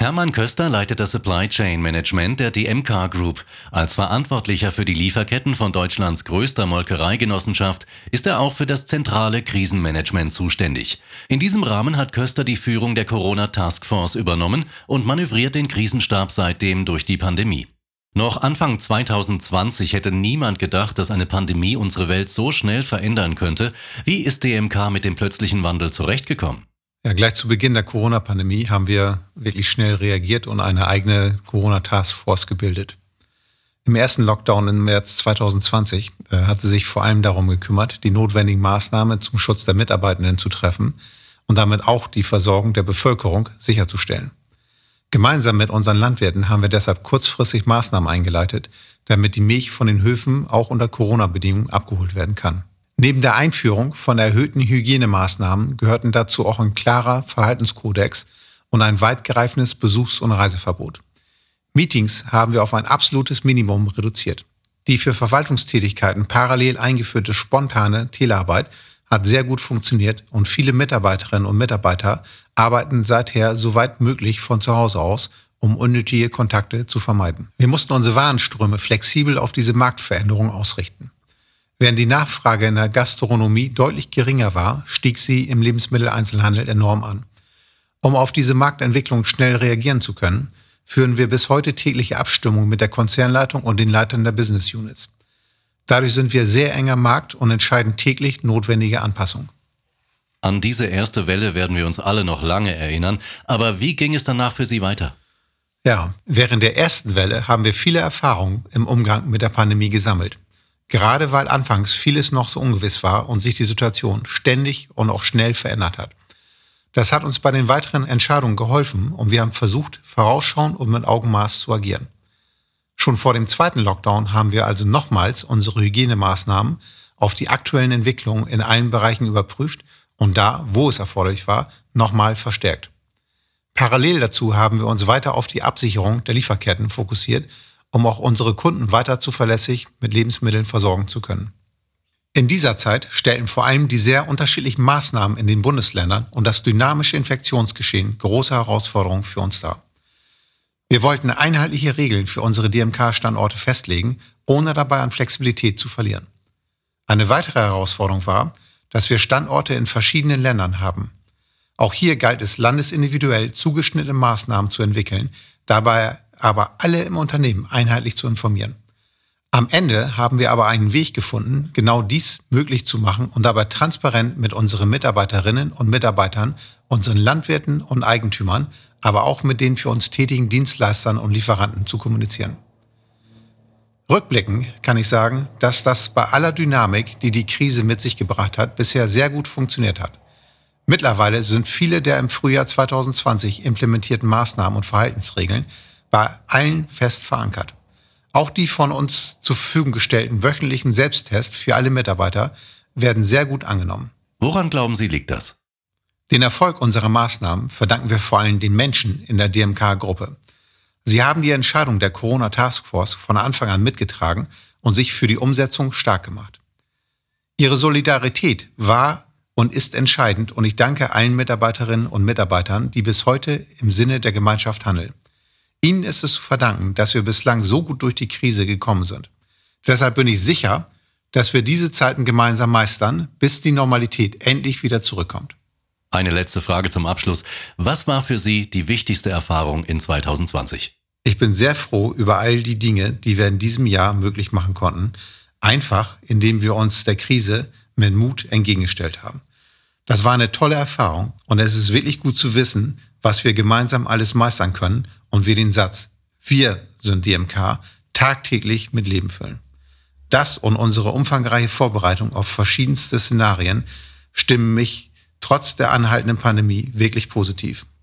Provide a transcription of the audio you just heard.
Hermann Köster leitet das Supply Chain Management der DMK Group. Als Verantwortlicher für die Lieferketten von Deutschlands größter Molkereigenossenschaft ist er auch für das zentrale Krisenmanagement zuständig. In diesem Rahmen hat Köster die Führung der Corona-Taskforce übernommen und manövriert den Krisenstab seitdem durch die Pandemie. Noch Anfang 2020 hätte niemand gedacht, dass eine Pandemie unsere Welt so schnell verändern könnte. Wie ist DMK mit dem plötzlichen Wandel zurechtgekommen? Ja, gleich zu Beginn der Corona-Pandemie haben wir wirklich schnell reagiert und eine eigene Corona-Taskforce gebildet. Im ersten Lockdown im März 2020 hat sie sich vor allem darum gekümmert, die notwendigen Maßnahmen zum Schutz der Mitarbeitenden zu treffen und damit auch die Versorgung der Bevölkerung sicherzustellen. Gemeinsam mit unseren Landwirten haben wir deshalb kurzfristig Maßnahmen eingeleitet, damit die Milch von den Höfen auch unter Corona-Bedingungen abgeholt werden kann. Neben der Einführung von erhöhten Hygienemaßnahmen gehörten dazu auch ein klarer Verhaltenskodex und ein weitgreifendes Besuchs- und Reiseverbot. Meetings haben wir auf ein absolutes Minimum reduziert. Die für Verwaltungstätigkeiten parallel eingeführte spontane Telearbeit hat sehr gut funktioniert und viele Mitarbeiterinnen und Mitarbeiter arbeiten seither soweit möglich von zu Hause aus, um unnötige Kontakte zu vermeiden. Wir mussten unsere Warenströme flexibel auf diese Marktveränderung ausrichten. Während die Nachfrage in der Gastronomie deutlich geringer war, stieg sie im Lebensmitteleinzelhandel enorm an. Um auf diese Marktentwicklung schnell reagieren zu können, führen wir bis heute tägliche Abstimmungen mit der Konzernleitung und den Leitern der Business Units. Dadurch sind wir sehr eng am Markt und entscheiden täglich notwendige Anpassungen. An diese erste Welle werden wir uns alle noch lange erinnern, aber wie ging es danach für Sie weiter? Ja, während der ersten Welle haben wir viele Erfahrungen im Umgang mit der Pandemie gesammelt. Gerade weil anfangs vieles noch so ungewiss war und sich die Situation ständig und auch schnell verändert hat. Das hat uns bei den weiteren Entscheidungen geholfen und wir haben versucht, vorausschauend und mit Augenmaß zu agieren. Schon vor dem zweiten Lockdown haben wir also nochmals unsere Hygienemaßnahmen auf die aktuellen Entwicklungen in allen Bereichen überprüft und da, wo es erforderlich war, nochmal verstärkt. Parallel dazu haben wir uns weiter auf die Absicherung der Lieferketten fokussiert, um auch unsere Kunden weiter zuverlässig mit Lebensmitteln versorgen zu können. In dieser Zeit stellten vor allem die sehr unterschiedlichen Maßnahmen in den Bundesländern und das dynamische Infektionsgeschehen große Herausforderungen für uns dar. Wir wollten einheitliche Regeln für unsere DMK-Standorte festlegen, ohne dabei an Flexibilität zu verlieren. Eine weitere Herausforderung war, dass wir Standorte in verschiedenen Ländern haben. Auch hier galt es, landesindividuell zugeschnittene Maßnahmen zu entwickeln, dabei aber alle im Unternehmen einheitlich zu informieren. Am Ende haben wir aber einen Weg gefunden, genau dies möglich zu machen und dabei transparent mit unseren Mitarbeiterinnen und Mitarbeitern, unseren Landwirten und Eigentümern, aber auch mit den für uns tätigen Dienstleistern und Lieferanten zu kommunizieren. Rückblickend kann ich sagen, dass das bei aller Dynamik, die die Krise mit sich gebracht hat, bisher sehr gut funktioniert hat. Mittlerweile sind viele der im Frühjahr 2020 implementierten Maßnahmen und Verhaltensregeln bei allen fest verankert. Auch die von uns zur Verfügung gestellten wöchentlichen Selbsttests für alle Mitarbeiter werden sehr gut angenommen. Woran glauben Sie, liegt das? Den Erfolg unserer Maßnahmen verdanken wir vor allem den Menschen in der DMK-Gruppe. Sie haben die Entscheidung der Corona-Taskforce von Anfang an mitgetragen und sich für die Umsetzung stark gemacht. Ihre Solidarität war und ist entscheidend und ich danke allen Mitarbeiterinnen und Mitarbeitern, die bis heute im Sinne der Gemeinschaft handeln. Ihnen ist es zu verdanken, dass wir bislang so gut durch die Krise gekommen sind. Deshalb bin ich sicher, dass wir diese Zeiten gemeinsam meistern, bis die Normalität endlich wieder zurückkommt. Eine letzte Frage zum Abschluss. Was war für Sie die wichtigste Erfahrung in 2020? Ich bin sehr froh über all die Dinge, die wir in diesem Jahr möglich machen konnten, einfach indem wir uns der Krise mit Mut entgegengestellt haben. Das war eine tolle Erfahrung und es ist wirklich gut zu wissen, was wir gemeinsam alles meistern können und wir den Satz "Wir sind DMK" tagtäglich mit Leben füllen. Das und unsere umfangreiche Vorbereitung auf verschiedenste Szenarien stimmen mich trotz der anhaltenden Pandemie wirklich positiv.